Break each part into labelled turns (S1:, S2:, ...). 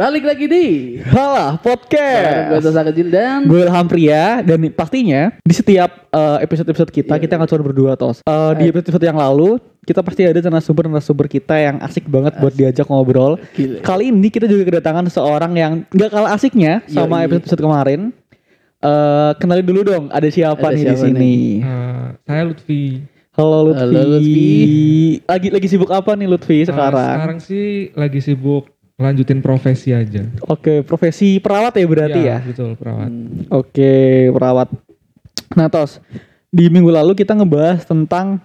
S1: Balik lagi di
S2: Halah podcast.
S1: Gue Tasa Kecil dan
S2: Gue Ilham Pria. Dan pastinya di setiap episode-episode kita Kita gak cuma berdua tos. Di episode yang lalu kita pasti ada narasumber kita yang asik banget buat diajak ngobrol.
S1: Gila.
S2: Kali ini kita juga kedatangan seorang yang gak kalah asiknya sama episode kemarin. Kenalin dulu dong, ada siapa nih di sini?
S3: Saya Lutfi.
S2: Halo Lutfi.
S1: Halo, Lutfi.
S2: Lagi sibuk apa nih Lutfi sekarang?
S3: Sekarang sih lagi sibuk lanjutin profesi aja.
S2: Oke, profesi perawat ya berarti ya?
S3: Betul, perawat.
S2: Oke, perawat. Nah, Tos, di minggu lalu kita ngebahas tentang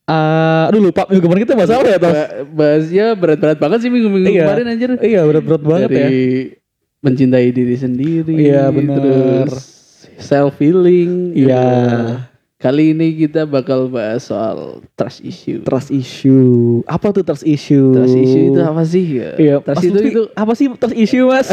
S2: lupa minggu kemarin kita bahas apa ya, Tos?
S1: bahasnya berat-berat banget sih minggu-minggu kemarin anjir.
S2: Iya, berat-berat banget ya.
S1: Dari mencintai diri sendiri.
S2: Iya, bener.
S1: Terus self healing.
S2: Iya.
S1: Kali ini kita bakal bahas soal trust issue.
S2: Trust issue. Apa tuh trust issue?
S1: Trust issue itu apa sih?
S2: Iya,
S1: Trust
S2: Mas Lutfi,
S1: itu
S2: apa sih trust issue, Mas?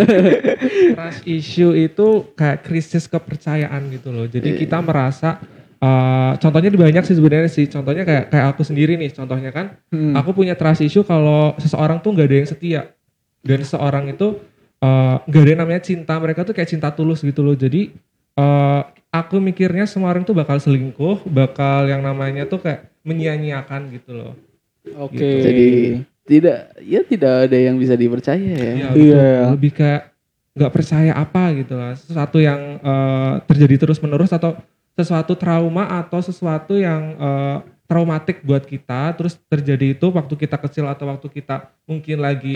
S3: Trust issue itu kayak krisis kepercayaan gitu loh. Jadi kita merasa contohnya banyak sih sebenarnya sih. Contohnya kayak aku sendiri nih. Contohnya kan, aku punya trust issue kalau seseorang tuh nggak ada yang setia. Dan seseorang itu nggak ada yang namanya cinta. Mereka tuh kayak cinta tulus gitu loh. Jadi aku mikirnya semua orang tuh bakal selingkuh, bakal yang namanya tuh kayak menyia-nyiakan gitu loh.
S2: Oke.
S3: Gitu.
S1: Jadi tidak ada yang bisa dipercaya ya.
S3: Iya, betul.
S2: Iya.
S3: Lebih kayak nggak percaya apa gitu lah. Sesuatu yang terjadi terus menerus atau sesuatu trauma atau sesuatu yang traumatik buat kita. Terus terjadi itu waktu kita kecil atau waktu kita mungkin lagi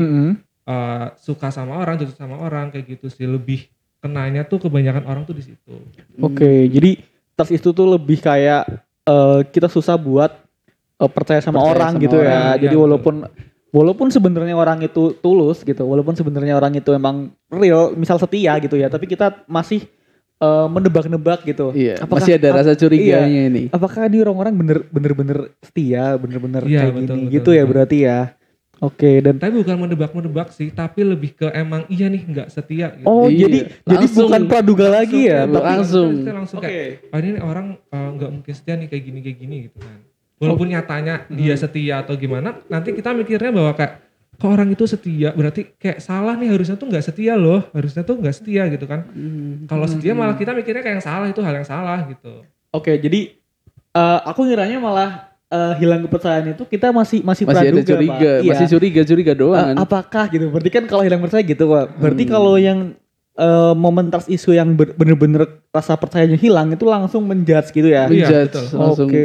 S3: suka sama orang, jatuh sama orang kayak gitu sih. Lebih kenanya tuh kebanyakan orang tuh di situ.
S2: Oke, jadi trust itu tuh lebih kayak kita susah buat percaya sama orang gitu ya.
S3: orang,
S2: Jadi
S3: iya,
S2: walaupun sebenarnya orang itu tulus gitu, walaupun sebenarnya orang itu emang real, misal setia gitu ya, tapi kita masih menebak-nebak gitu.
S1: Iya, masih ada rasa curiganya ini.
S2: Apakah ini orang-orang bener-bener setia, bener-bener
S3: Iya,
S2: kayak
S3: betul,
S2: gini
S3: betul,
S2: gitu ya
S3: betul.
S2: berarti ya. Oke, dan
S3: Tapi bukan menebak-menebak sih, tapi lebih ke emang iya nih nggak setia gitu.
S2: oh
S1: Iya,
S2: jadi
S1: langsung.
S2: bukan praduga lagi ya, tapi
S1: langsung.
S3: Kita langsung kayak ini orang nggak mungkin setia nih kayak gini gitu kan. Walaupun nyatanya dia setia atau gimana, nanti kita mikirnya bahwa kayak kok orang itu setia berarti kayak salah nih, harusnya tuh nggak setia loh, harusnya tuh nggak setia gitu kan. Kalau setia malah kita mikirnya kayak yang salah, itu hal yang salah gitu.
S2: Oke, jadi aku ngiranya malah hilang kepercayaan itu kita masih praduga,
S1: Ada curiga,
S2: Pak. Iya.
S1: masih curiga doang kan.
S2: Apakah gitu? Berarti kan kalau hilang percaya gitu, Pak. Berarti kalau yang momen trust issue yang bener-bener rasa percayanya hilang itu langsung menjudge gitu ya.
S3: Iya,
S1: Menjudge
S3: betul.
S1: langsung.
S2: Oke.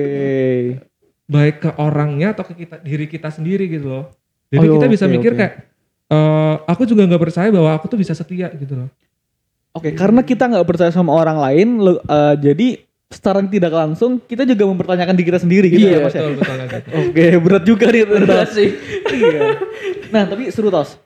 S3: Baik ke orangnya atau ke diri kita sendiri gitu loh. Jadi
S2: Oh,
S3: kita bisa
S2: oke,
S3: mikir
S2: oke.
S3: kayak aku juga nggak percaya bahwa aku tuh bisa setia gitu loh.
S2: Oke, karena kita nggak percaya sama orang lain, jadi secara tidak langsung kita juga mempertanyakan diri kita sendiri gitu ya,
S1: Iya,
S2: Mas ya.
S3: Betul gitu.
S2: Oke, berat juga nih
S1: Berat sih.
S2: Iya. Nah, tapi seru Tos.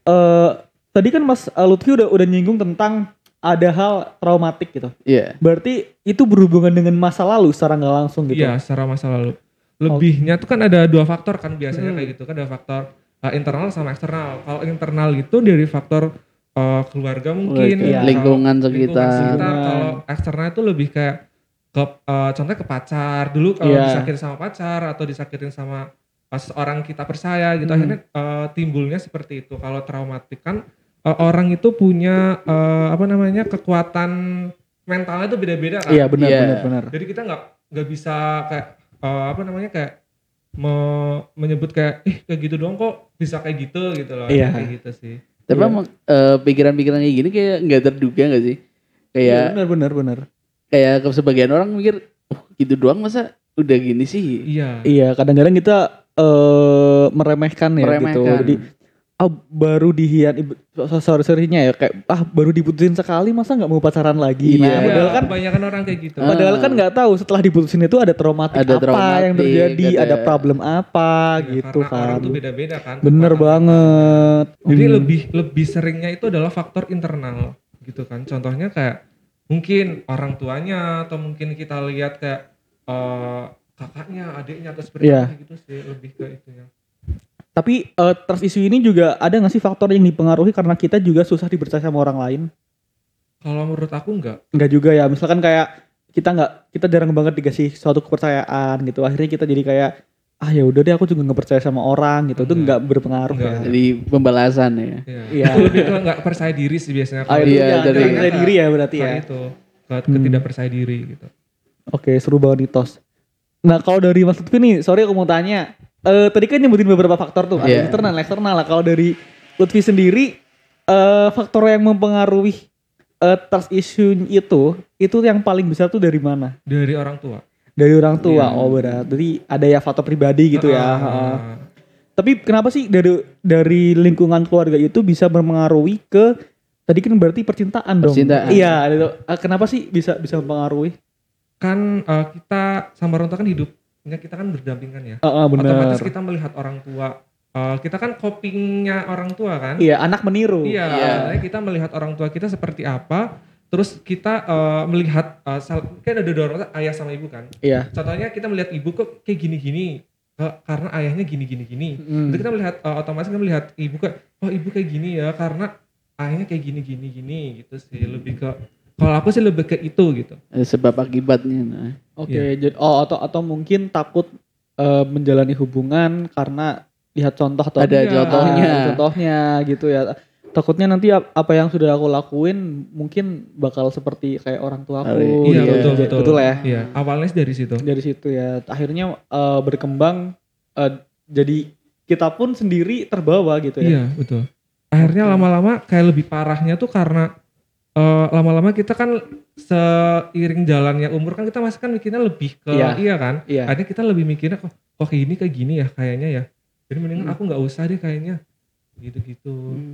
S2: Tadi kan Mas Lutfi udah nyinggung tentang ada hal traumatik gitu.
S1: Iya.
S2: Berarti itu berhubungan dengan masa lalu secara nggak langsung gitu.
S3: Iya, secara masa lalu. Lebihnya tuh kan ada dua faktor kan biasanya kayak gitu kan, ada faktor internal sama eksternal. Kalau internal itu dari faktor keluarga mungkin,
S2: Iya.
S1: Lingkungan sekitar.
S3: Kalau eksternal itu lebih kayak ke contohnya ke pacar. Dulu kalau
S2: Iya.
S3: disakitin sama pacar atau disakitin sama orang kita percaya gitu, akhirnya timbulnya seperti itu. Kalau traumatik kan orang itu punya kekuatan mentalnya itu beda-beda kan.
S2: Iya, benar
S1: Iya.
S2: benar.
S3: Jadi kita nggak bisa kayak menyebut kayak kayak gitu doang kok bisa kayak gitu loh.
S2: Iya.
S3: Kayak gitu sih.
S1: Tapi emang pikiran-pikiran kayak gini kayak nggak terduga nggak sih? Kayak
S2: Iya, benar.
S1: kayak sebagian orang mikir, oh gitu doang masa udah gini sih?
S3: Iya.
S2: Iya, kadang-kadang kita meremehkan ya gitu.
S1: Meremehkan.
S2: Jadi baru sorry-nya ya kayak baru diputusin sekali masa nggak mau pacaran lagi.
S1: Iya.
S2: Nah, padahal kan
S3: kebanyakan orang kayak gitu.
S2: Padahal kan nggak tahu setelah diputusin itu ada traumatik
S1: Ada
S2: apa
S1: traumatik,
S2: yang terjadi, ada
S1: ada-
S2: problem apa
S3: Iya,
S2: gitu
S3: karena orang
S2: kan.
S3: tuh beda-beda kan.
S2: Bener
S3: kekuatan.
S2: banget.
S3: Jadi lebih seringnya itu adalah faktor internal gitu kan. Contohnya kayak mungkin orang tuanya atau mungkin kita lihat kayak kakaknya, adiknya atau seperti
S2: Iya.
S3: apa gitu sih, lebih ke itunya.
S2: Tapi trust issue ini juga ada nggak sih faktor yang dipengaruhi karena kita juga susah dipercaya sama orang lain?
S3: Kalau menurut aku enggak.
S2: Enggak juga ya. Misalkan kayak kita jarang banget dikasih suatu kepercayaan gitu. Akhirnya kita jadi kayak ya udah deh aku juga nggak percaya sama orang gitu. Itu nggak berpengaruh
S3: Enggak.
S2: ya.
S1: Jadi pembalasan ya.
S3: Iya.
S2: Iya.
S3: Itu lebih ke nggak percaya diri sih biasanya.
S2: Ah, itu
S1: Iya,
S2: jangan
S1: dari-
S2: percaya diri ya berarti ya.
S3: Itu ke ketidak percaya diri gitu.
S2: Oke, seru banget nih Tos. Nah kalau dari Mas Lutfi nih, sorry aku mau tanya. Tadi kan nyebutin beberapa faktor tuh, ada
S1: Iya.
S2: internal, eksternal lah. Kalau dari Lutfi sendiri, faktor yang mempengaruhi trust issue itu yang paling besar tuh dari mana?
S3: Dari orang tua.
S2: Dari orang tua.
S3: Iya.
S2: Oh berat. Jadi ada ya faktor pribadi gitu ya. Heeh.
S3: Ah.
S2: Tapi kenapa sih dari lingkungan keluarga itu bisa berpengaruhi ke tadi kan berarti percintaan dong.
S1: Percintaan.
S2: Iya, itu. Kenapa sih bisa mempengaruhi?
S3: Kan kita sama orang tua kan hidupnya kita kan berdampingan ya.
S2: Benar.
S3: Otomatis kita melihat orang tua. Kita kan copingnya orang tua kan.
S2: Iya, anak meniru.
S3: Iya,
S1: Iya.
S3: sebenarnya kita melihat orang tua kita seperti apa, terus kita melihat kan ada dua orang, ayah sama ibu kan.
S2: Iya.
S3: Contohnya kita melihat ibu kok kayak gini-gini, karena ayahnya gini-gini.
S2: Hmm.
S3: Itu kita melihat otomatis kita melihat ibu kayak, oh ibu kayak gini ya karena ayahnya kayak gini-gini gitu sih. Lebih ke, kalau aku sih lebih ke itu gitu.
S1: Ada sebab akibatnya. Nah.
S2: Oke,
S3: Iya.
S2: jadi atau mungkin takut menjalani hubungan karena lihat contoh atau
S1: Ada
S3: Iya.
S1: contohnya.
S2: contohnya gitu ya. Takutnya nanti apa yang sudah aku lakuin mungkin bakal seperti kayak orang tua aku.
S3: Iya,
S2: gitu.
S3: betul.
S2: Betul ya.
S3: Iya, awalnya sih dari situ.
S2: Dari situ ya. Akhirnya berkembang jadi kita pun sendiri terbawa gitu ya.
S3: Iya, betul. Akhirnya lama-lama kayak lebih parahnya tuh karena lama-lama kita kan seiring jalannya umur kan kita masih kan mikirnya lebih ke
S2: Iya.
S3: kan.
S2: Iya.
S3: Akhirnya kita lebih mikirnya kok kayak gini ya kayaknya ya. Jadi mendingan aku nggak usah deh kayaknya. Gitu-gitu.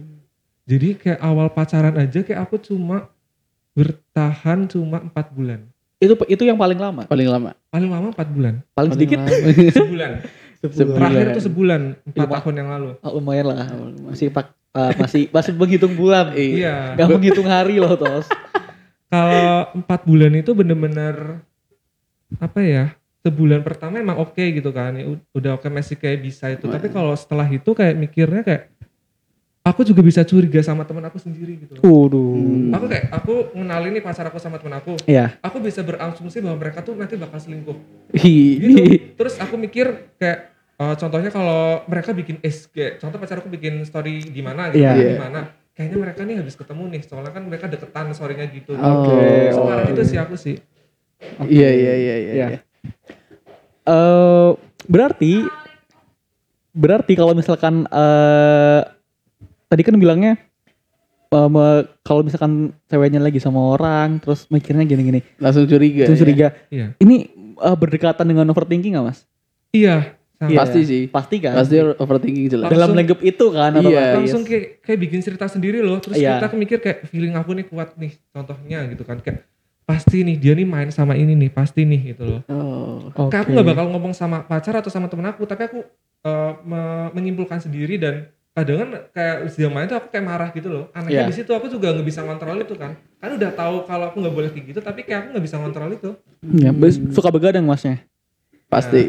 S3: Jadi kayak awal pacaran aja kayak aku cuma bertahan cuma 4 bulan.
S2: Itu yang paling lama.
S1: Paling lama.
S3: Paling lama 4 bulan.
S2: Paling sedikit
S3: Sebulan. Terakhir tuh sebulan. 4
S2: Iya,
S3: tahun yang lalu.
S2: lumayan lah. Masih menghitung bulan.
S3: Iya.
S2: Gak menghitung hari loh Tos.
S3: Kalau 4 bulan itu bener-bener apa ya, sebulan pertama emang oke gitu kan, ya udah oke masih kayak bisa itu, tapi kalau setelah itu kayak mikirnya kayak aku juga bisa curiga sama teman aku sendiri gitu.
S2: Waduh.
S3: Aku ngenalin nih pacar aku sama teman aku,
S2: Iya.
S3: aku bisa berasumsi bahwa mereka tuh nanti bakal selingkuh
S1: Hi.
S3: gitu. Terus aku mikir kayak contohnya kalau mereka bikin kayak contoh pacar aku bikin story di mana gitu,
S2: Iya.
S3: di mana kayaknya mereka nih habis ketemu nih, soalnya kan mereka deketan story-nya gitu.
S2: Oke.
S3: Sekarang itu sih aku sih.
S1: Iya.
S2: Iya. Berarti kalau misalkan tadi kan bilangnya kalau misalkan ceweknya lagi sama orang terus mikirnya gini-gini,
S1: Langsung curiga.
S2: terus
S1: ya.
S2: curiga.
S3: Iya.
S2: Ini berdekatan dengan overthinking gak Mas?
S3: Iya.
S2: Iya.
S1: Pasti sih.
S2: Pasti kan.
S1: Pasti overthinking jelas.
S2: Dalam lingkup itu kan
S1: Iya.
S2: otomatis.
S3: Langsung kayak bikin cerita sendiri loh, terus
S2: Iya.
S3: kita mikir kayak feeling aku nih kuat nih contohnya gitu kan, kayak pasti nih dia nih main sama ini nih, pasti nih gitu loh.
S1: Oh.
S3: Kayak aku
S2: Oke.
S3: gak bakal ngomong sama pacar atau sama temen aku, tapi aku menyimpulkan sendiri, dan kadang kan kayak dia main tuh aku kayak marah gitu loh. Anehnya
S2: Iya.
S3: di situ aku juga nggak bisa ngontrol itu kan udah tahu kalau aku nggak boleh kayak gitu, tapi kayak aku nggak bisa ngontrol itu.
S2: Ya, suka begadang Masnya.
S1: Pasti.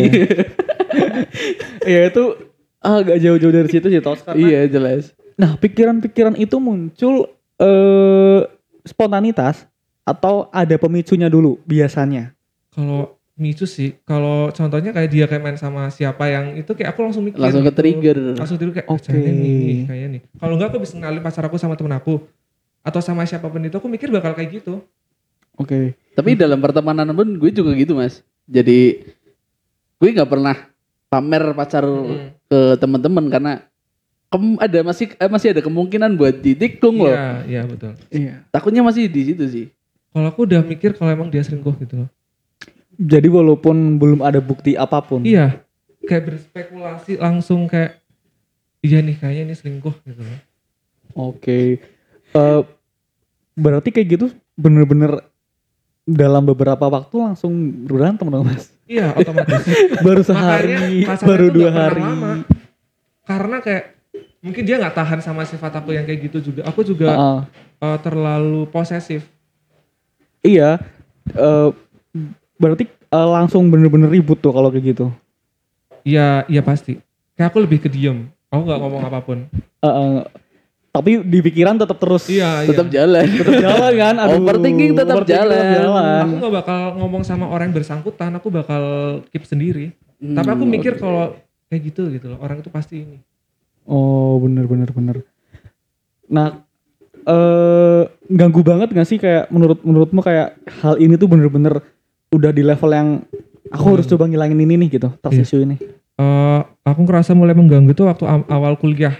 S2: Iya itu agak jauh-jauh dari situ sih Tos, karena
S1: Iya jelas.
S2: nah pikiran-pikiran itu muncul spontanitas atau ada pemicunya dulu biasanya.
S3: Kalau micu sih, kalau contohnya kayak dia kayak main sama siapa yang itu kayak aku langsung mikir
S1: Langsung ke
S3: gitu.
S1: trigger.
S3: Langsung tidur kayak
S2: Oke.
S3: kayaknya nih, kayaknya nih. Kalau enggak aku bisa ngenalin pacar aku sama temen aku atau sama siapapun itu, aku mikir bakal kayak gitu.
S2: Oke.
S1: Tapi dalam pertemanan pun gue juga gitu Mas. Jadi gue nggak pernah pamer pacar ke teman-teman karena masih ada kemungkinan buat ditikung loh.
S3: Iya, iya betul.
S2: Iya.
S1: Takutnya masih di situ sih.
S3: Kalau aku udah mikir kalau emang dia selingkuh gitu loh.
S2: Jadi walaupun belum ada bukti apapun.
S3: Iya, kayak berspekulasi langsung kayak iya nih kayaknya ini selingkuh gitu loh.
S2: Oke. Berarti kayak gitu bener-bener dalam beberapa waktu langsung berantem dong Mas.
S3: Iya, otomatis.
S2: Baru sehari,
S3: Makanya pacarnya
S2: baru
S3: tuh
S2: 2
S3: nggak pernah
S2: hari.
S3: lama. Karena kayak mungkin dia nggak tahan sama sifat aku yang kayak gitu juga. Aku juga terlalu posesif.
S2: Iya. Berarti langsung bener-bener ribut tuh kalau kayak gitu.
S3: Iya, iya pasti. Kayak aku lebih ke diem. Aku nggak ngomong apapun.
S2: Tapi di pikiran tetap terus.
S3: Iya,
S1: Tetap
S3: iya.
S1: jalan.
S2: Tetap jalan kan. Aduh,
S1: Overthinking tetap jalan.
S3: Aku nggak bakal ngomong sama orang yang bersangkutan. Aku bakal keep sendiri. Tapi aku mikir kalau kayak gitu loh, orang itu pasti ini.
S2: Oh bener. Nah ganggu banget gak sih kayak menurutmu kayak hal ini tuh bener-bener udah di level yang aku harus coba ngilangin ini nih gitu, trust issue ini.
S3: Aku ngerasa mulai mengganggu tuh waktu awal kuliah.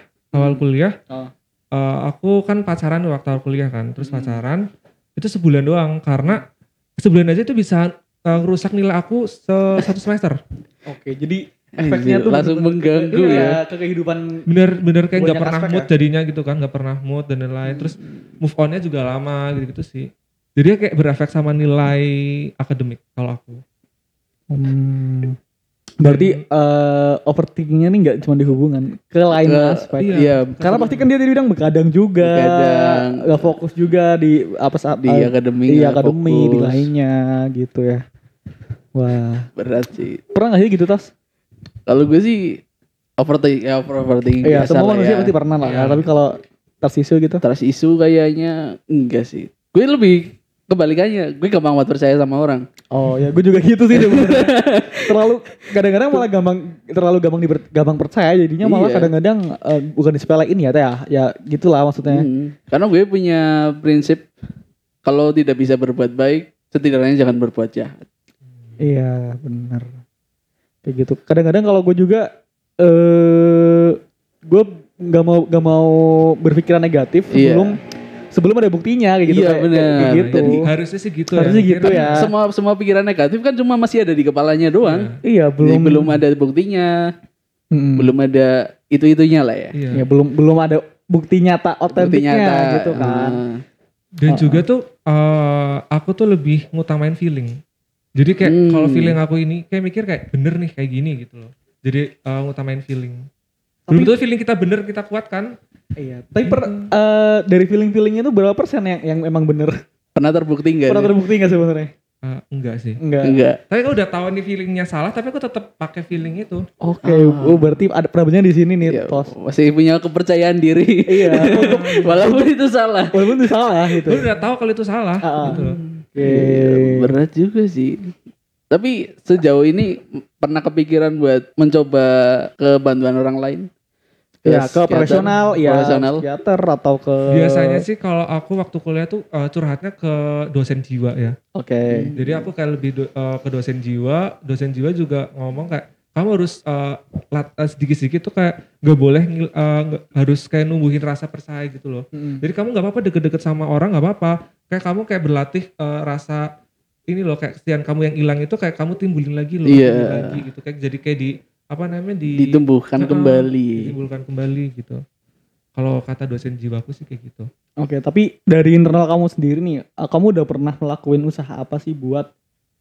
S3: Aku kan pacaran waktu awal kuliah kan, terus pacaran itu sebulan doang, karena sebulan aja itu bisa ngerusak nilai aku satu semester.
S2: Oke, jadi efeknya tuh
S1: langsung mengganggu ya
S2: ke kehidupan.
S3: Bener kayak nggak
S2: banyak
S3: pernah
S2: aspek
S3: mood
S2: ya?
S3: jadinya gitu kan, nggak pernah mood dan lain-lain. Terus move onnya juga lama gitu sih. Jadi kayak berefek sama nilai akademik kalau aku.
S2: Berarti overthinkingnya nih nggak cuma di hubungan, ke lain aspek.
S1: Iya,
S2: Karena pasti kan dia tadi bilang begadang juga, nggak fokus juga di apa saat
S1: di akademi,
S2: di
S1: nggak
S2: akademi di
S1: fokus.
S2: lainnya gitu ya. Wah,
S1: Berat sih.
S2: pernah nggak sih gitu Tas?
S1: Kalau gue sih overthinking
S2: Iya,
S1: biasa
S2: semua
S1: lah
S2: manusia
S1: ya.
S2: pasti pernah lah.
S3: Iya.
S2: Tapi kalau trust issue gitu,
S1: Trust issue kayaknya enggak sih. Gue lebih kebalikannya. Gue gampang banget percaya sama orang.
S2: oh ya gue juga gitu sih sebenarnya. Terlalu kadang-kadang malah gampang percaya jadinya malah
S1: Iya.
S2: kadang-kadang bukan disepelein ya teh ya gitulah maksudnya.
S1: Karena gue punya prinsip kalau tidak bisa berbuat baik, setidaknya jangan berbuat jahat.
S2: Iya benar kayak gitu. Kadang-kadang kalau gue juga gue nggak mau berpikiran negatif sebelum ada buktinya kayak gitu.
S1: Iya,
S2: kayak
S1: benar.
S2: gitu.
S1: Jadi
S3: Harusnya sih gitu
S2: Harusnya
S3: ya.
S2: gitu ya.
S1: Semua pikiran negatif kan cuma masih ada di kepalanya doang.
S2: Iya
S1: Jadi belum ada buktinya, belum ada itu-itunya lah ya.
S3: Iya.
S2: ya belum ada bukti nyata otentiknya gitu kan.
S3: Dan juga tuh aku tuh lebih ngutamain feeling. Jadi kayak kalau feeling aku ini kayak mikir kayak bener nih kayak gini gitu loh. Jadi ngutamain feeling. Belum tentu feeling kita bener kita kuat kan.
S2: Iya. Tapi dari feeling-feelingnya tuh berapa persen yang emang bener?
S1: Pernah terbukti enggak?
S2: Pernah terbukti nggak sebenarnya?
S3: Enggak sih.
S2: Enggak.
S3: Tapi aku udah tahu nih feelingnya salah, tapi aku tetap pakai feeling itu.
S2: Oke, berarti ada problemnya di sini nih,
S1: Ya,
S2: Tos.
S1: masih punya kepercayaan diri.
S2: Iya,
S1: Walaupun itu salah.
S2: walaupun itu salah gitu.
S3: Gue udah tahu kalau itu salah gitu loh.
S1: Iya, berat juga sih. Tapi sejauh ini pernah kepikiran buat mencoba ke bantuan orang lain?
S2: Ya, ke profesional,
S1: profesional.
S2: psikiater atau ke
S3: Biasanya sih kalau aku waktu kuliah tuh curhatnya ke dosen jiwa ya.
S2: Oke.
S3: Jadi aku kayak lebih ke dosen jiwa juga ngomong kayak kamu harus sedikit-sedikit tuh kayak gak boleh harus kayak numbuhin rasa percaya gitu loh. Jadi kamu gak apa-apa deket-deket sama orang gak apa-apa. Kayak kamu kayak berlatih rasa ini loh kayak kesetiaan kamu yang hilang itu kayak kamu timbulin lagi loh.
S1: Iya.
S3: Timbulin lagi gitu kayak jadi kayak
S1: ditumbuhkan kembali.
S3: Ditimbulkan kembali gitu. Kalau kata dosen jiwaku sih kayak gitu.
S2: Oke, tapi dari internal kamu sendiri nih, kamu udah pernah ngelakuin usaha apa sih buat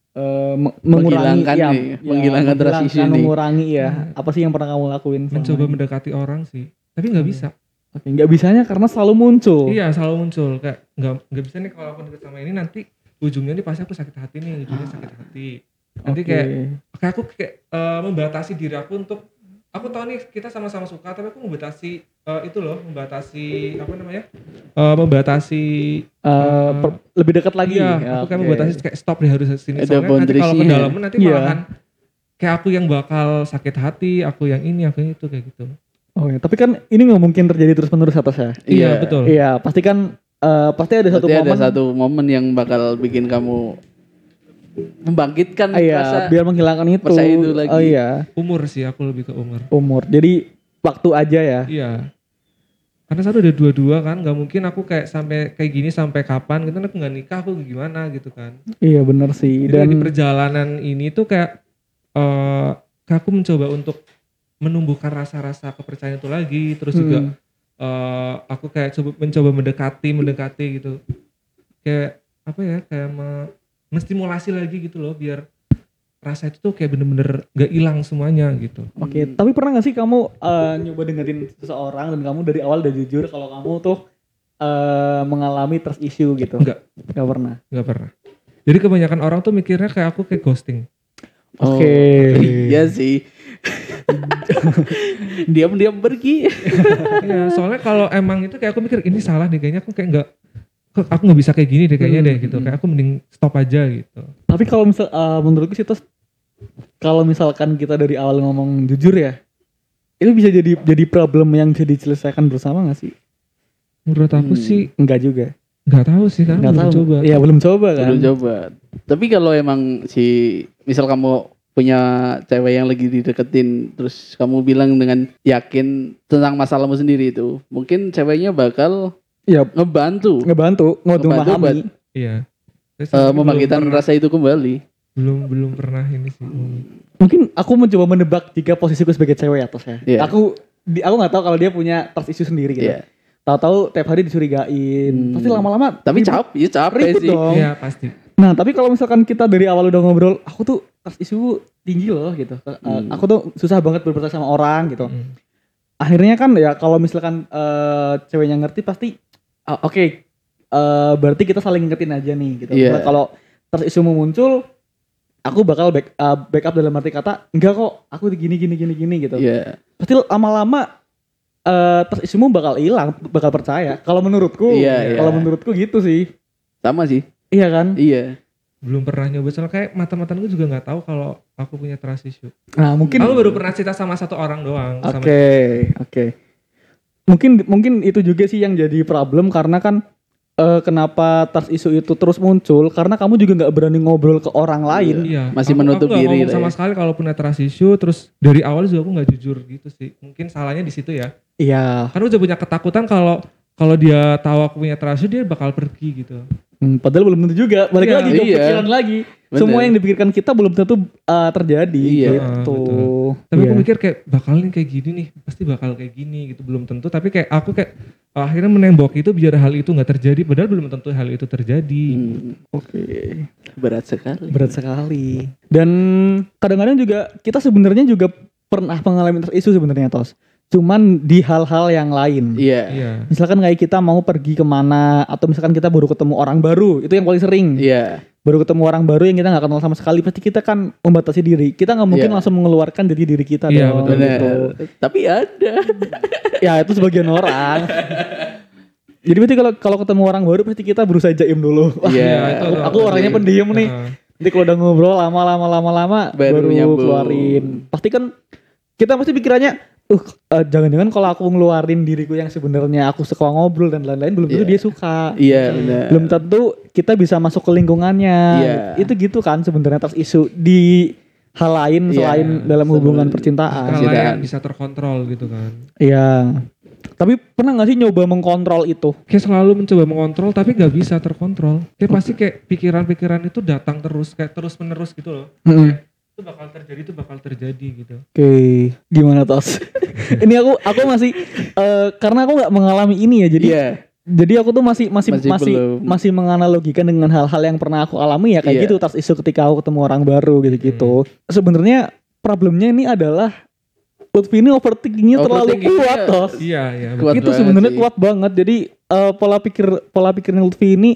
S2: mengurangi
S1: menghilangkan trust issue nih.
S2: mengurangi ya. Apa sih yang pernah kamu lakuin?
S3: Mencoba mendekati orang sih, tapi nggak bisa.
S2: Oke, nggak bisanya karena selalu muncul.
S3: Iya, selalu muncul kayak nggak bisa nih kalau aku deket sama ini nanti ujungnya nih pasti aku sakit hati nih, ujungnya sakit hati. Nanti kayak aku kayak membatasi diri aku untuk aku tahu nih kita sama-sama suka tapi aku membatasi
S2: lebih dekat lagi.
S3: Iya, aku kayak membatasi kayak stop deh harus sini
S1: Ada
S3: soalnya nanti kalau
S1: boundariesnya.
S3: kedalaman nanti malah kan kayak aku yang bakal sakit hati, aku yang ini, aku yang itu kayak gitu.
S2: Oh ya, tapi kan ini nggak mungkin terjadi terus-menerus atas ya.
S3: Iya, betul.
S2: Iya, pasti kan pasti ada
S1: satu momen yang bakal bikin kamu membangkitkan rasa
S2: biar menghilangkan itu.
S1: percaya itu lagi.
S2: Oh iya.
S3: Umur sih, aku lebih ke umur.
S2: Jadi waktu aja ya.
S3: Iya. Karena satu udah dua-dua kan, nggak mungkin aku kayak sampai kayak gini sampai kapan gitu, aku nggak nikah aku gimana gitu kan.
S2: Iya benar sih.
S3: Jadi di perjalanan ini tuh kayak aku mencoba untuk menumbuhkan rasa-rasa kepercayaan itu lagi, terus juga aku kayak mencoba mendekati gitu, kayak apa ya, kayak menstimulasi lagi gitu loh, biar rasa itu tuh kayak bener-bener gak hilang semuanya gitu.
S2: Oke, tapi pernah gak sih kamu nyoba dengerin seseorang dan kamu dari awal udah jujur kalau kamu tuh mengalami trust issue gitu?
S3: Enggak
S2: pernah.
S3: Jadi kebanyakan orang tuh mikirnya kayak aku kayak ghosting.
S2: Oke.
S1: Iya sih. Diam-diam pergi.
S3: Iya, soalnya kalau emang itu kayak aku mikir ini salah nih, kayaknya aku kayak aku nggak bisa kayak gini deh kayaknya deh gitu. Kayak aku mending stop aja gitu.
S2: Tapi kalau misal menurutku sih terus kalau misalkan kita dari awal ngomong jujur ya, itu bisa jadi problem yang bisa diselesaikan bersama nggak sih?
S3: Menurut aku sih
S2: Enggak juga.
S3: nggak tahu sih karena
S2: Nggak
S3: belum
S2: tahu.
S3: coba.
S2: Iya belum coba kan.
S1: Belum coba. Tapi kalau emang misal kamu punya cewek yang lagi dideketin, terus kamu bilang dengan yakin tentang masalahmu sendiri itu, mungkin ceweknya bakal
S2: Iya
S1: ngebantu
S2: memahami.
S3: Iya. Terus tapi
S1: membangkitkan rasa itu kembali.
S3: belum pernah ini sih.
S2: Mungkin aku mencoba menebak jika posisiku sebagai cewek atas ya.
S1: Iya.
S2: Aku nggak tahu kalau dia punya trust issue sendiri gitu.
S1: Iya.
S2: Tahu-tahu tiap hari dicurigain. Pasti lama-lama
S1: Tapi
S2: ribut
S1: capek sih.
S2: dong.
S3: Iya pasti.
S2: Nah, tapi kalau misalkan kita dari awal udah ngobrol, aku tuh trust issue tinggi loh gitu. Aku tuh susah banget berpercaya sama orang gitu. Akhirnya kan ya kalau misalkan ceweknya ngerti pasti oke, berarti kita saling ngertiin aja nih gitu.
S1: Iya.
S2: Kalau trust issue muncul, aku bakal backup dalam arti kata enggak kok, aku gini gitu.
S1: Iya.
S2: Pasti lama-lama trust issue-mu bakal hilang, bakal percaya. Kalau menurutku,
S1: Iya.
S2: kalau menurutku gitu sih.
S1: Sama sih.
S2: Iya kan?
S1: Iya.
S3: Belum pernah nyoba soalnya kayak mata-mataku juga nggak tahu kalau aku punya trust issue.
S2: Nah, mungkin
S3: Aku baru pernah cerita sama satu orang doang.
S2: Oke. Mungkin itu juga sih yang jadi problem karena kan kenapa trust issue itu terus muncul karena kamu juga nggak berani ngobrol ke orang lain.
S3: Iya.
S1: Masih
S3: Aku
S1: menutup
S3: nggak
S1: diri
S3: ngomong
S1: lah
S3: sama
S1: ya.
S3: sekali kalau punya trust issue terus dari awal juga aku nggak jujur gitu sih. Mungkin salahnya di situ ya.
S2: Iya.
S3: Karena udah punya ketakutan kalau dia tahu aku punya trust issue dia bakal pergi gitu.
S2: Padahal belum tentu juga. Balik
S3: Iya,
S2: lagi ke
S1: iya.
S2: pikiran lagi.
S1: Bener.
S2: Semua yang dipikirkan kita belum tentu terjadi.
S1: Iya.
S2: Gitu.
S3: Betul. Tapi
S2: Iya.
S3: aku mikir kayak bakalan kayak gini nih, pasti bakal kayak gini gitu, belum tentu. Tapi kayak aku kayak akhirnya menembok itu biar hal itu nggak terjadi, padahal belum tentu hal itu terjadi.
S2: Oke.
S1: Berat sekali.
S2: Berat sekali. Dan kadang-kadang juga kita sebenarnya juga pernah mengalami trust issue sebenarnya Tos. Cuman di hal-hal yang lain.
S1: Iya.
S3: Iya.
S2: Misalkan kayak kita mau pergi kemana atau misalkan kita baru ketemu orang baru, itu yang paling sering.
S1: Iya.
S2: Baru ketemu orang baru yang kita nggak kenal sama sekali, pasti kita kan membatasi diri. Kita nggak mungkin
S1: Iya.
S2: langsung mengeluarkan dari diri kita
S3: Iya,
S2: dong.
S3: betul.
S2: gitu.
S1: Benar. Tapi ada.
S2: Ya itu sebagian orang. Jadi berarti kalau ketemu orang baru pasti kita berusaha jaim dulu. Wah,
S1: Iya.
S2: aku orangnya pendiam nih. Nanti kalau udah ngobrol lama-lama
S1: Baru
S2: baru
S1: nyambung.
S2: keluarin. Pasti kan kita pasti pikirannya, jangan-jangan kalau aku ngeluarin diriku yang sebenarnya aku suka ngobrol dan lain-lain belum tentu
S1: Iya.
S2: dia suka.
S1: Iya benar.
S2: Belum tentu kita bisa masuk ke lingkungannya.
S1: Iya.
S2: Itu gitu kan sebenarnya trust issue di hal lain
S1: Iya.
S2: selain dalam hubungan
S1: Sebelum-
S2: percintaan.
S3: Skala
S1: Cintaan.
S3: yang bisa terkontrol gitu kan.
S2: Iya. Tapi pernah gak sih nyoba mengkontrol itu?
S3: Kayak selalu mencoba mengontrol tapi nggak bisa terkontrol. Kayak pasti kayak pikiran-pikiran itu datang terus, kayak terus menerus gitu loh. Itu bakal terjadi gitu.
S2: Oke, gimana Tos? Ini aku masih karena aku nggak mengalami ini ya, jadi
S1: Iya.
S2: jadi aku tuh masih
S1: belum.
S2: masih menganalogikan dengan hal-hal yang pernah aku alami ya kayak
S1: Iya.
S2: gitu trust issue ketika aku ketemu orang baru gitu-gitu. Sebenarnya problemnya ini adalah Lutfi ini overthinkingnya terlalu
S1: Overthinkingnya
S2: kuat Tos.
S3: Iya,
S1: Kuat
S2: Itu
S1: banget
S2: sebenarnya
S1: sih.
S2: kuat banget. Jadi pola pikirnya Lutfi ini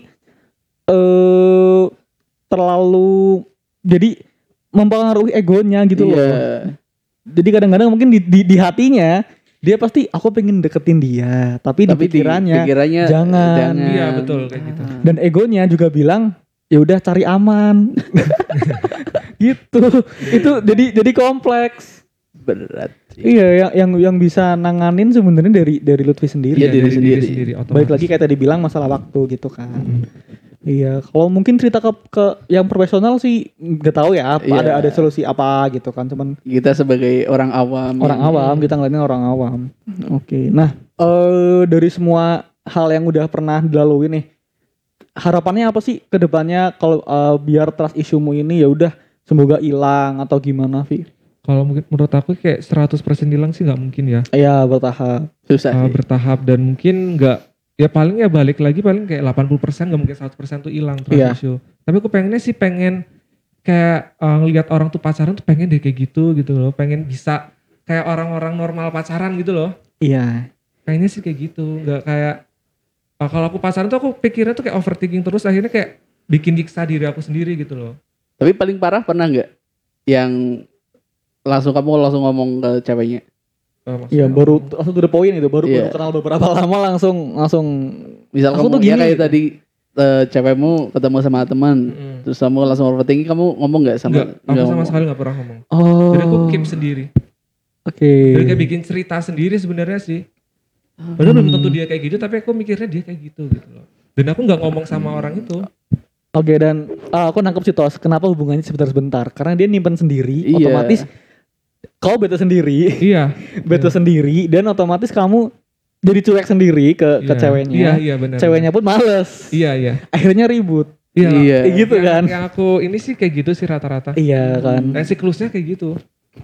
S2: terlalu jadi mempengaruhi egonya gitu loh.
S1: Iya.
S2: Jadi kadang-kadang mungkin di hatinya dia pasti aku pengen deketin dia, tapi di pikirannya jangan.
S3: Iya betul kayak gitu.
S2: Dan egonya juga bilang ya udah cari aman. Gitu. Itu jadi kompleks.
S1: Berat.
S2: Iya, yang bisa nanganin sebenarnya dari Lutfi sendiri.
S1: Iya, diri sendiri.
S2: Baik lagi kayak tadi bilang masalah waktu gitu kan. Iya, kalau mungkin cerita ke yang profesional sih nggak tahu ya,
S1: Iya.
S2: ada solusi apa gitu kan. Cuman
S1: Kita sebagai orang awam.
S2: awam kita ngeliatnya orang awam. Oke. Nah, dari semua hal yang udah pernah dilalui nih, harapannya apa sih ke depannya kalau biar trust issue-mu ini ya udah semoga hilang atau gimana, Vi?
S3: Kalau mungkin menurut aku kayak 100% hilang sih nggak mungkin ya.
S2: Iya, bertahap.
S1: Susah sih.
S3: Bertahap dan mungkin nggak ya paling ya balik lagi paling kayak 80% nggak mungkin 100% tuh hilang trust
S2: Iya.
S3: issue. Tapi aku pengennya sih pengen kayak ngelihat orang tuh pacaran tuh pengen deh kayak gitu loh. Pengen bisa kayak orang-orang normal pacaran gitu loh.
S2: Iya.
S3: Pengennya sih kayak gitu. Nggak kayak kalau aku pacaran tuh aku pikirnya tuh kayak overthinking terus akhirnya kayak bikin nyiksa diri aku sendiri gitu loh.
S1: Tapi paling parah pernah nggak yang kamu langsung ngomong ke ceweknya?
S2: Iya, baru langsung to the point itu, baru
S1: Iya.
S2: kenal beberapa lama langsung
S1: Misal
S2: Aku
S1: kamu
S2: tuh
S1: ya
S2: gini.
S1: kayak tadi cewekmu ketemu sama teman, terus kamu langsung overthinking, kamu ngomong nggak sama?
S3: Enggak, aku sama sekali nggak pernah ngomong.
S2: Oh.
S3: Jadi aku keep sendiri.
S2: Oke.
S3: Jadi kayak bikin cerita sendiri sebenarnya sih. Padahal belum tentu dia kayak gitu, tapi aku mikirnya dia kayak gitu loh. Dan aku nggak ngomong sama orang itu.
S2: Oke, dan aku nangkep sih Tos, kenapa hubungannya sebentar-sebentar? Karena dia nyimpen sendiri,
S1: Iya.
S2: otomatis kau bete sendiri,
S3: Iya.
S2: bete sendiri, dan otomatis kamu jadi cuek sendiri ke ceweknya.
S3: Iya benar.
S2: Ceweknya pun males.
S3: Iya.
S2: Akhirnya ribut.
S1: Iya.
S2: Kayak gitu kan.
S3: Yang aku ini sih kayak gitu sih rata-rata.
S2: Iya kan.
S3: Siklusnya kayak gitu.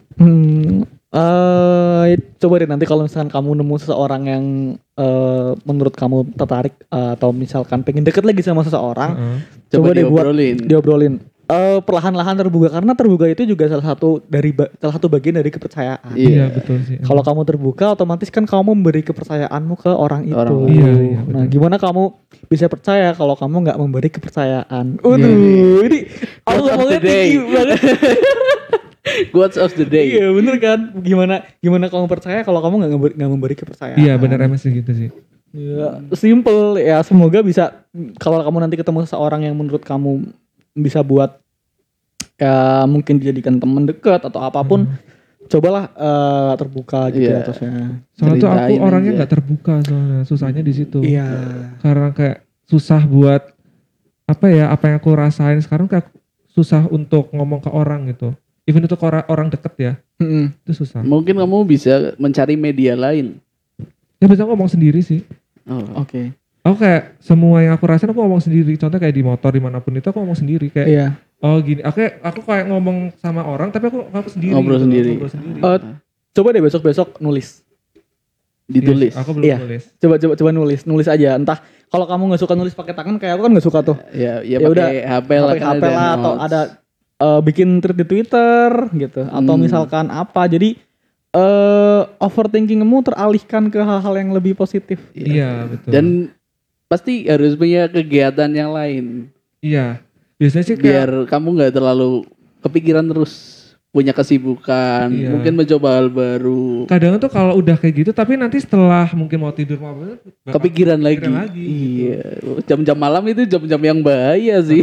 S2: Coba deh nanti kalau misalkan kamu nemu seseorang yang menurut kamu tertarik atau misalkan pengen deket lagi sama seseorang, coba deh buat diobrolin. Perlahan-lahan terbuka, karena terbuka itu juga salah satu bagian dari kepercayaan.
S3: Iya betul sih.
S2: Kalau kamu terbuka, otomatis kan kamu memberi kepercayaanmu ke orang itu.
S3: Iya,
S2: Nah, gimana kamu bisa percaya kalau kamu nggak memberi kepercayaan? Ini aku ngomongnya tinggi banget.
S1: Quotes of the day.
S2: Iya bener kan? Gimana kamu percaya kalau kamu nggak memberi kepercayaan?
S3: Iya benar emang sih gitu sih.
S2: Ya, simple ya. Semoga bisa, kalau kamu nanti ketemu seseorang yang menurut kamu bisa buat ya mungkin dijadikan teman dekat atau apapun, cobalah terbuka gitu
S3: Iya.
S2: atasnya.
S3: Soalnya tuh aku
S1: Ceritain
S3: orangnya
S1: aja.
S3: nggak terbuka soalnya, susahnya di situ.
S2: Iya.
S3: Karena kayak susah buat apa yang aku rasain sekarang, kayak susah untuk ngomong ke orang gitu. Even untuk orang deket ya, itu susah.
S1: Mungkin kamu bisa mencari media lain.
S3: Ya bisa ngomong sendiri sih.
S1: Oh.
S2: Oke.
S3: Aku kayak semua yang aku rasain aku ngomong sendiri. Contoh kayak di motor dimanapun itu aku ngomong sendiri kayak.
S2: Iya.
S3: Oh gini, aku kayak ngomong sama orang tapi aku sendiri.
S1: Ngobrol
S3: gitu,
S1: sendiri.
S3: Ngobrol sendiri.
S2: Coba deh besok nulis.
S1: Ditulis.
S3: Iya, aku belum
S2: Iya.
S3: nulis.
S2: Coba nulis aja. Entah kalau kamu nggak suka nulis pakai tangan, kayak aku kan nggak suka tuh.
S1: Ya
S2: Ya
S1: pakai
S2: udah,
S1: HP lah,
S2: pakai
S1: kan
S2: HP lah atau
S1: notes.
S2: ada bikin tweet di Twitter gitu, atau misalkan apa. Jadi overthinkingmu teralihkan ke hal-hal yang lebih positif.
S3: Iya betul.
S1: Dan pasti harus punya kegiatan yang lain.
S3: Iya. Biasanya sih kayak
S1: Biar kamu nggak terlalu kepikiran terus. Punya kesibukan,
S3: Iya.
S1: mungkin mencoba hal baru.
S3: kadang tuh kalau udah kayak gitu tapi nanti setelah mungkin mau tidur mau apa bakal
S1: Kepikiran lagi. Iya, jam-jam malam itu jam-jam yang bahaya sih.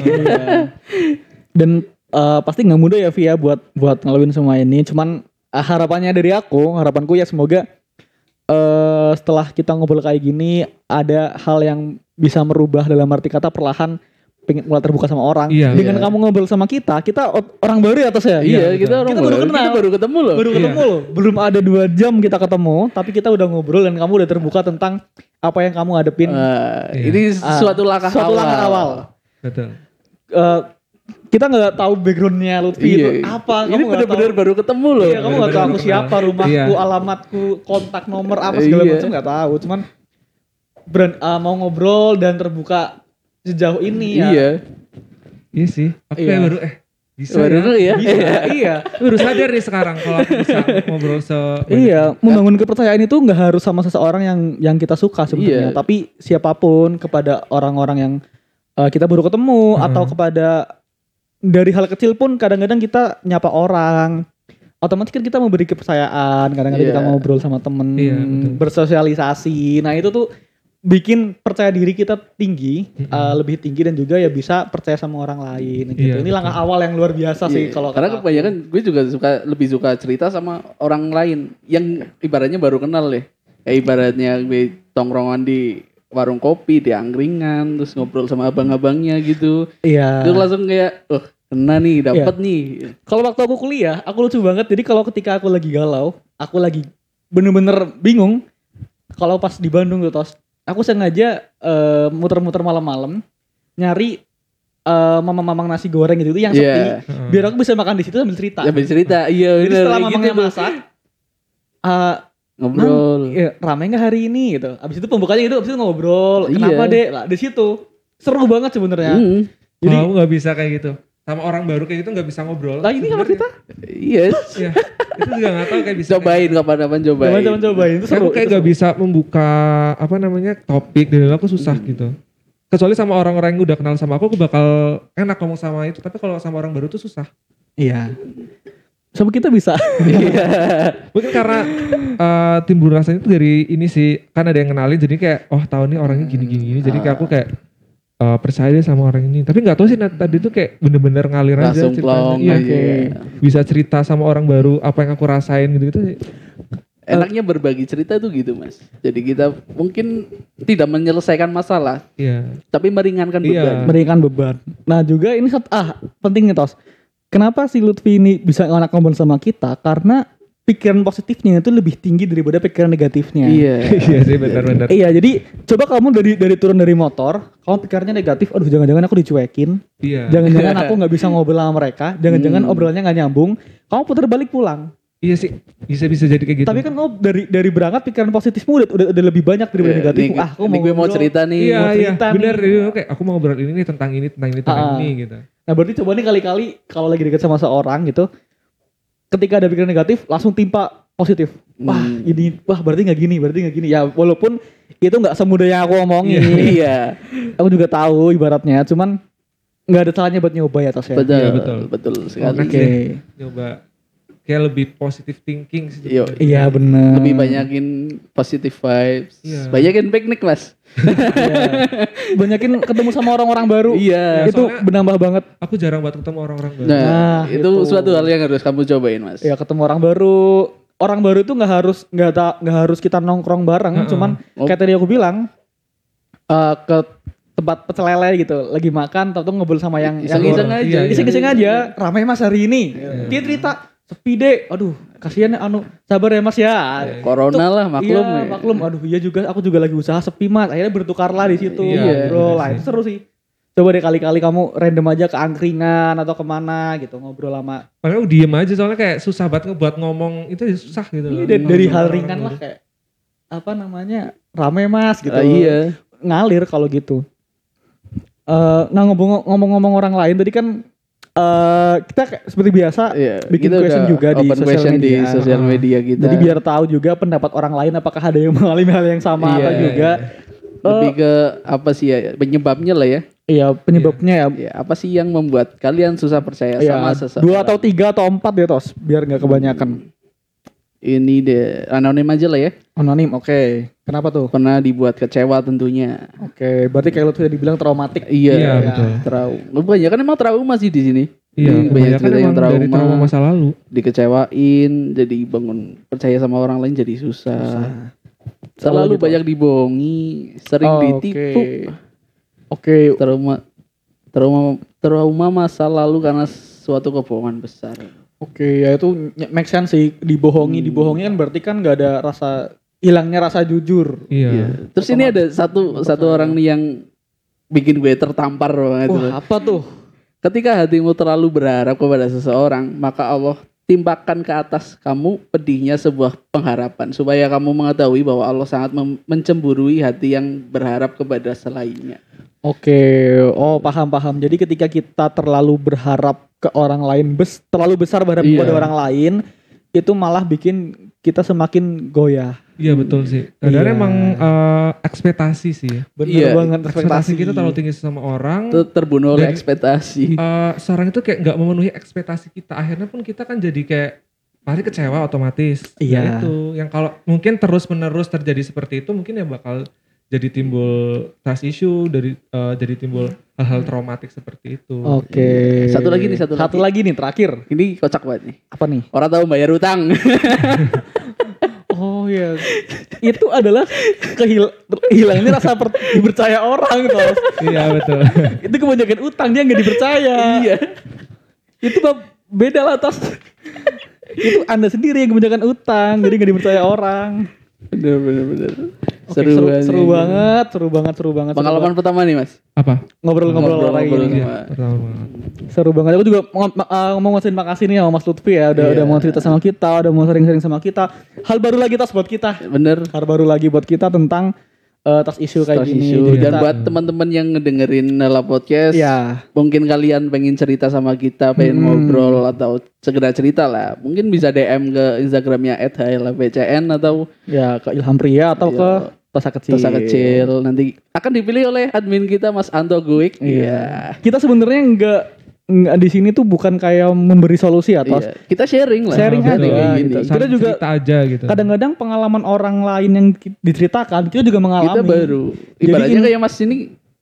S2: Dan pasti nggak mudah ya Via buat ngelakuin semua ini. Cuman harapanku ya semoga setelah kita ngobrol kayak gini ada hal yang bisa merubah, dalam arti kata perlahan pengen mulai terbuka sama orang.
S3: Iya,
S2: Dengan
S3: iya.
S2: kamu ngobrol sama kita orang baru ya atas ya.
S1: Iya, kita
S3: betul.
S1: orang
S2: Kita baru kenal.
S1: Kita baru ketemu loh.
S2: Baru ketemu loh. Belum ada 2 jam kita ketemu, tapi kita udah ngobrol dan kamu udah terbuka tentang apa yang kamu hadepin.
S3: Iya.
S1: Ini suatu langkah awal.
S3: Betul.
S2: Kita nggak tahu backgroundnya Lutfi itu apa.
S1: Ini
S2: Kamu nggak
S1: benar-benar
S2: tahu.
S1: baru ketemu loh.
S2: Iya, kamu nggak tahu aku siapa, rumahku,
S3: Iya.
S2: alamatku, kontak nomor apa segala
S1: Iya.
S2: macam nggak tahu. Cuman mau ngobrol dan terbuka sejauh ini ya.
S1: Iya.
S3: Iya sih. Aku
S2: Iya.
S3: kayak baru bisa
S1: Baru
S3: ya.
S1: ya.
S2: Iya.
S3: Baru sadar nih sekarang kalau aku bisa ngobrol
S2: Iya, membangun kepercayaan itu nggak harus sama seseorang yang kita suka sebenarnya,
S1: Iya.
S2: tapi siapapun, kepada orang-orang yang kita baru ketemu atau kepada dari hal kecil pun kadang-kadang kita nyapa orang. Otomatis kan kita memberi kepercayaan, kadang-kadang
S1: Iya.
S2: kita ngobrol sama temen,
S3: Iya, betul.
S2: bersosialisasi. Nah, itu tuh bikin percaya diri kita tinggi, lebih tinggi, dan juga ya bisa percaya sama orang lain gitu.
S3: Iya,
S2: Ini
S3: betul.
S2: langkah awal yang luar biasa sih
S1: Iya.
S2: kalau
S1: Karena
S2: kata aku.
S1: kebanyakan gue juga lebih suka cerita sama orang lain yang ibaratnya baru kenal deh. Kayak ibaratnya gue tongkrongan di warung kopi, di angkringan, terus ngobrol sama abang-abangnya gitu.
S2: Iya.
S1: Itu langsung kayak, kena nih, dapet nih.
S2: Kalau waktu aku kuliah, aku lucu banget. Jadi kalau ketika aku lagi galau, aku lagi bener-bener bingung. Kalau pas di Bandung tuh Tos, aku sengaja muter-muter malam-malam nyari mamang-mamang nasi goreng gitu yang sepi,
S1: Iya.
S2: biar aku bisa makan di situ sambil cerita.
S1: Sambil cerita, iya
S2: Jadi
S1: bener.
S2: setelah
S1: kayak
S2: mamangnya
S1: gitu tuh.
S2: masak,
S1: Ngobrol.
S2: rame nggak hari ini gitu. Abis itu pembukanya gitu, abis itu ngobrol.
S1: Iya.
S2: Kenapa dek? Lah di situ seru banget sebenarnya.
S3: Jadi
S2: Jadi
S3: aku nggak bisa kayak gitu. Sama orang baru kayak gitu nggak bisa ngobrol.
S2: lah ini kamar kita.
S1: Iya.
S3: Iya. Itu juga nggak tahu kayak bisa.
S1: Cobain kapan-kapan cobain.
S2: Coba cobain itu seru.
S3: Aku kayak
S2: itu
S3: gak
S2: seru.
S3: bisa membuka topik dan aku susah gitu. Kecuali sama orang-orang yang udah kenal sama aku bakal enak ngomong sama itu. Tapi kalau sama orang baru tuh susah.
S2: Iya. Sama kita bisa.
S3: Mungkin karena timbul rasanya itu dari ini sih. Kan ada yang kenalin jadi kayak tahu nih orangnya gini-gini. Jadi kayak aku kayak percaya deh sama orang ini. Tapi nggak tahu sih tadi tuh kayak bener-bener ngalir aja
S1: Langsung plong
S3: ceritanya. Iya,
S1: aja.
S3: bisa cerita sama orang baru apa yang aku rasain gitu sih.
S1: Enaknya berbagi cerita tuh gitu mas. Jadi kita mungkin tidak menyelesaikan masalah,
S3: Iya.
S1: tapi meringankan
S3: Iya.
S1: beban.
S2: Meringankan beban. Nah juga ini penting nih Tos. Kenapa si Lutfi ini bisa ngobrol sama kita? Karena pikiran positifnya itu lebih tinggi daripada pikiran negatifnya.
S1: Iya.
S3: Iya sih benar-benar.
S2: Iya, jadi coba kamu dari turun dari motor, kamu pikirannya negatif, aduh jangan-jangan aku dicuekin,
S3: Iya.
S2: jangan-jangan aku nggak bisa ngobrol sama mereka, jangan-jangan obrolannya nggak nyambung, kamu putar balik pulang.
S3: Iya sih, bisa jadi kayak gitu.
S2: Tapi kan kamu dari berangkat pikiran positifmu udah lebih banyak daripada
S1: Iya,
S2: negatif.
S1: nih,
S2: Aku
S1: ini gue mau
S2: ngobrol.
S1: cerita nih.
S3: Iya,
S2: mau
S3: iya,
S2: cerita
S3: bener.
S2: nih.
S3: Iya, oke, aku mau ngobrol ini nih tentang ini gitu.
S2: Nah berarti coba nih kali-kali kalau lagi dekat sama seorang gitu, ketika ada pikiran negatif langsung timpa positif. Wah berarti nggak gini. Ya walaupun itu nggak semudah yang aku omongin.
S1: Iya.
S2: Aku juga tahu ibaratnya, cuman nggak ada salahnya buat nyoba ya Tos ya.
S1: Betul,
S3: Iya, betul.
S1: betul sekali.
S3: Oke.
S2: Oke.
S3: Coba kayak lebih positive thinking sih.
S1: Yo,
S3: sebenarnya.
S2: Iya benar.
S1: Lebih banyakin positive vibes.
S3: Iya.
S1: Banyakin piknik mas.
S2: Banyakin ketemu sama orang-orang baru.
S1: Iya.
S2: Itu
S3: soalnya-
S2: menambah banget.
S3: Aku jarang banget ketemu orang-orang baru.
S1: Nah,
S2: Nah,
S1: itu
S2: itu.
S1: suatu hal yang harus kamu cobain mas.
S2: Ya ketemu orang baru. Orang baru itu nggak harus kita nongkrong bareng, cuman kayak tadi aku bilang ke tempat pecel lele gitu, lagi makan, tahu ngobrol sama yang
S1: Iseng-iseng aja.
S3: Iya, iya.
S2: iseng-iseng aja, ramai mas hari ini. Dia cerita sepi deh, aduh kasihan ya sabar ya mas ya.
S1: Corona lah maklum.
S2: Iya,
S1: ya.
S2: maklum. Aduh iya juga, aku juga lagi usaha sepi mas. Akhirnya bertukarlah di situ,
S3: Iya,
S2: ngobrol
S3: bener
S2: lah.
S3: sih.
S2: Itu seru sih. Coba deh kali-kali kamu random aja ke angkringan atau kemana gitu, ngobrol sama.
S3: Padahal aku diem aja soalnya kayak susah banget buat ngomong itu susah gitu loh.
S2: Iya, dari hal
S3: Orang
S2: ringan
S3: baru.
S2: lah kayak apa namanya, rame mas gitu.
S1: Iya.
S2: Ngalir kalau gitu. Nah ngomong-ngomong orang lain tadi kan kita kayak seperti biasa
S1: Iya,
S2: bikin
S1: kita
S2: question
S1: udah
S2: juga di
S1: open
S2: sosial
S1: question
S2: media.
S1: di sosial media kita.
S2: Jadi biar tahu juga pendapat orang lain apakah ada yang mengalami hal yang sama
S1: Iya,
S2: atau juga.
S1: lebih ke apa sih ya penyebabnya lah ya.
S2: Iya penyebabnya ya.
S1: Ya, apa sih yang membuat kalian susah percaya
S2: Iya,
S1: sama seseorang?
S2: 2 atau 3 atau 4 ya Tos, biar nggak kebanyakan.
S1: Ini deh anonim aja lah ya.
S2: Anonim, oke. Kenapa tuh?
S1: Pernah dibuat kecewa tentunya.
S2: Oke, berarti kayak lo sudah dibilang traumatik.
S1: Iya,
S3: Iya, betul.
S1: Trauma. Banyak kan emang trauma sih di sini.
S3: Iya,
S1: Banyak
S3: kebanyakan
S1: cerita yang
S3: emang dari trauma masa lalu.
S1: dikecewain, jadi bangun percaya sama orang lain jadi susah. Selalu
S2: Gitu.
S1: banyak dibohongi, sering
S2: Oh,
S1: ditipu.
S2: Oke,
S1: Trauma masa lalu karena suatu kebohongan besar.
S2: oke, ya itu make sense sih. Dibohongi kan berarti kan nggak ada hilangnya rasa jujur.
S3: Iya.
S1: Terus ini ada satu orang nih yang bikin gue tertampar banget.
S2: Wah, apa tuh?
S1: Ketika hatimu terlalu berharap kepada seseorang, maka Allah timpakan ke atas kamu pedihnya sebuah pengharapan supaya kamu mengetahui bahwa Allah sangat mencemburui hati yang berharap kepada selainnya.
S2: Oke, oh paham. Jadi ketika kita terlalu berharap ke orang lain, terlalu besar berharap
S1: Iya.
S2: kepada orang lain, itu malah bikin kita semakin goyah.
S3: Iya betul sih. Kadang
S2: Iya.
S3: emang ekspektasi sih ya.
S2: Bener
S1: Iya,
S2: banget
S3: Ekspektasi kita terlalu tinggi sama orang.
S1: Itu terbunuh oleh
S3: Dan-
S1: ekspektasi.
S3: Sekarang itu kayak nggak memenuhi ekspektasi kita. Akhirnya pun kita kan jadi kayak pasti kecewa otomatis.
S2: Iya.
S3: Nah, itu yang kalau mungkin terus menerus terjadi seperti itu mungkin ya bakal jadi timbul trust issue, jadi timbul hal-hal traumatik seperti itu.
S2: Oke.
S1: Satu lagi nih, satu
S2: lagi nih terakhir.
S1: Ini kocak banget nih.
S2: Apa nih?
S1: Orang tahu bayar utang.
S2: Oh iya. Itu adalah hilangnya rasa dipercaya orang Tos.
S3: Iya betul.
S2: Itu kebanyakan utang dia nggak dipercaya.
S1: Iya.
S2: Itu beda lah Tos. Itu Anda sendiri yang kebanyakan utang, jadi nggak dipercaya orang.
S1: Bener.
S2: Oke, seru banget.
S1: Pengalaman pertama nih mas.
S3: Apa?
S2: Ngobrol-ngobrol lagi.
S1: Ngobrol.
S2: nih.
S3: Iya, pertama.
S2: Seru banget. Aku juga mau ngasihin makasih nih sama Mas Lutfi ya, udah mau cerita sama kita, udah mau sering-sering sama kita. Hal baru lagi Tas buat kita.
S1: Bener.
S2: Hal baru lagi buat kita tentang tas isu kayak
S1: Trust
S2: gini.
S1: issue.
S2: Jadi
S1: Dan
S2: kita-
S1: buat teman-teman yang ngedengerin Nela Podcast,
S2: ya,
S1: mungkin kalian pengen cerita sama kita, pengen ngobrol atau segera cerita lah. Mungkin bisa DM ke Instagramnya @hlbcn atau
S2: ya ke Ilham Pria atau
S1: Iya.
S2: ke Tosa Kecil.
S1: Tosa Kecil. Nanti akan dipilih oleh admin kita Mas Anto Guik.
S2: Iya. Kita sebenarnya nggak di sini tuh bukan kayak memberi solusi ya, Tos.
S1: Iya. Kita sharing lah.
S2: Sharing aja,
S1: kayak gini.
S2: gitu.
S3: Saling
S2: Kita juga
S3: cerita aja gitu.
S2: Kadang-kadang pengalaman orang lain yang diceritakan kita juga mengalami.
S1: Kita baru.
S2: Jadi
S1: Ibaratnya
S2: ini-
S1: kayak Mas ini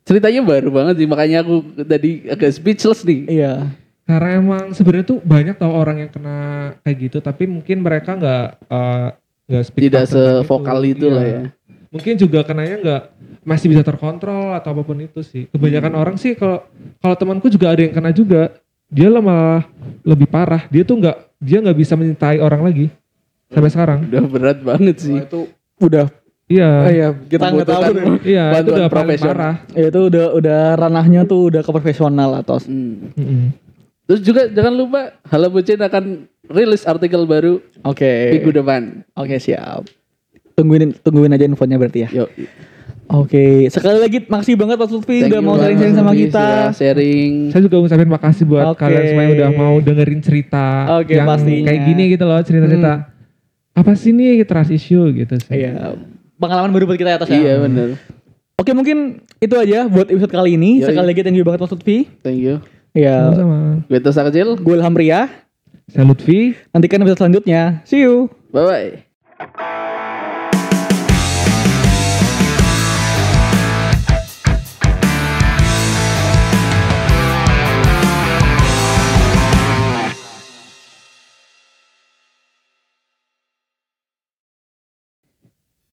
S1: ceritanya baru banget sih, makanya aku tadi agak speechless nih.
S2: Iya.
S3: Karena emang sebenarnya tuh banyak tau orang yang kena kayak gitu, tapi mungkin mereka nggak speak
S1: Tidak
S3: up tentang
S1: sevokal itu lah ya.
S3: Mungkin juga kenanya nggak masih bisa terkontrol atau apapun itu sih. Kebanyakan orang sih kalau temanku juga ada yang kena juga, dia malah lebih parah. Dia nggak bisa mencintai orang lagi sampai sekarang.
S1: Udah berat banget sih.
S2: Itu udah
S3: Iya.
S2: iya, kita nggak tahu.
S1: Membutuhkan
S3: Iya, itu
S1: bantuan
S3: udah paling
S1: profesional.
S3: parah.
S2: Ya, itu udah ranahnya tuh udah ke profesional atau.
S3: Mm-mm.
S1: Terus juga jangan lupa Hala Bucin akan rilis artikel baru
S2: Oke.
S1: minggu depan.
S2: Oke, siap. Tungguin aja infonya berarti ya.
S1: Yuk.
S2: Oke, sekali lagi makasih banget Mas Lutfi
S1: Thank
S2: udah
S1: you
S2: mau
S1: banget,
S2: sharing-sharing sama
S1: Lutfi,
S2: kita.
S1: sudah sharing.
S3: Saya juga ngucapin makasih buat
S2: Oke.
S3: kalian semua yang udah mau dengerin cerita
S2: Oke,
S3: yang
S2: pastinya.
S3: kayak gini gitu loh, cerita-cerita. Apa sih nih trust issue gitu sih.
S2: Iya. Pengalaman baru buat kita ya, atas ya.
S1: Iya benar.
S2: Oke, mungkin itu aja buat episode kali ini.
S1: Yoi.
S2: Sekali lagi thank you banget Mas Lutfi.
S1: Thank you.
S2: Iya.
S3: Sama-sama.
S1: Gue Tosa Kecil.
S2: Gue Ilham Ria.
S3: Saya Lutfi.
S2: Nantikan episode selanjutnya. See you.
S1: Bye bye.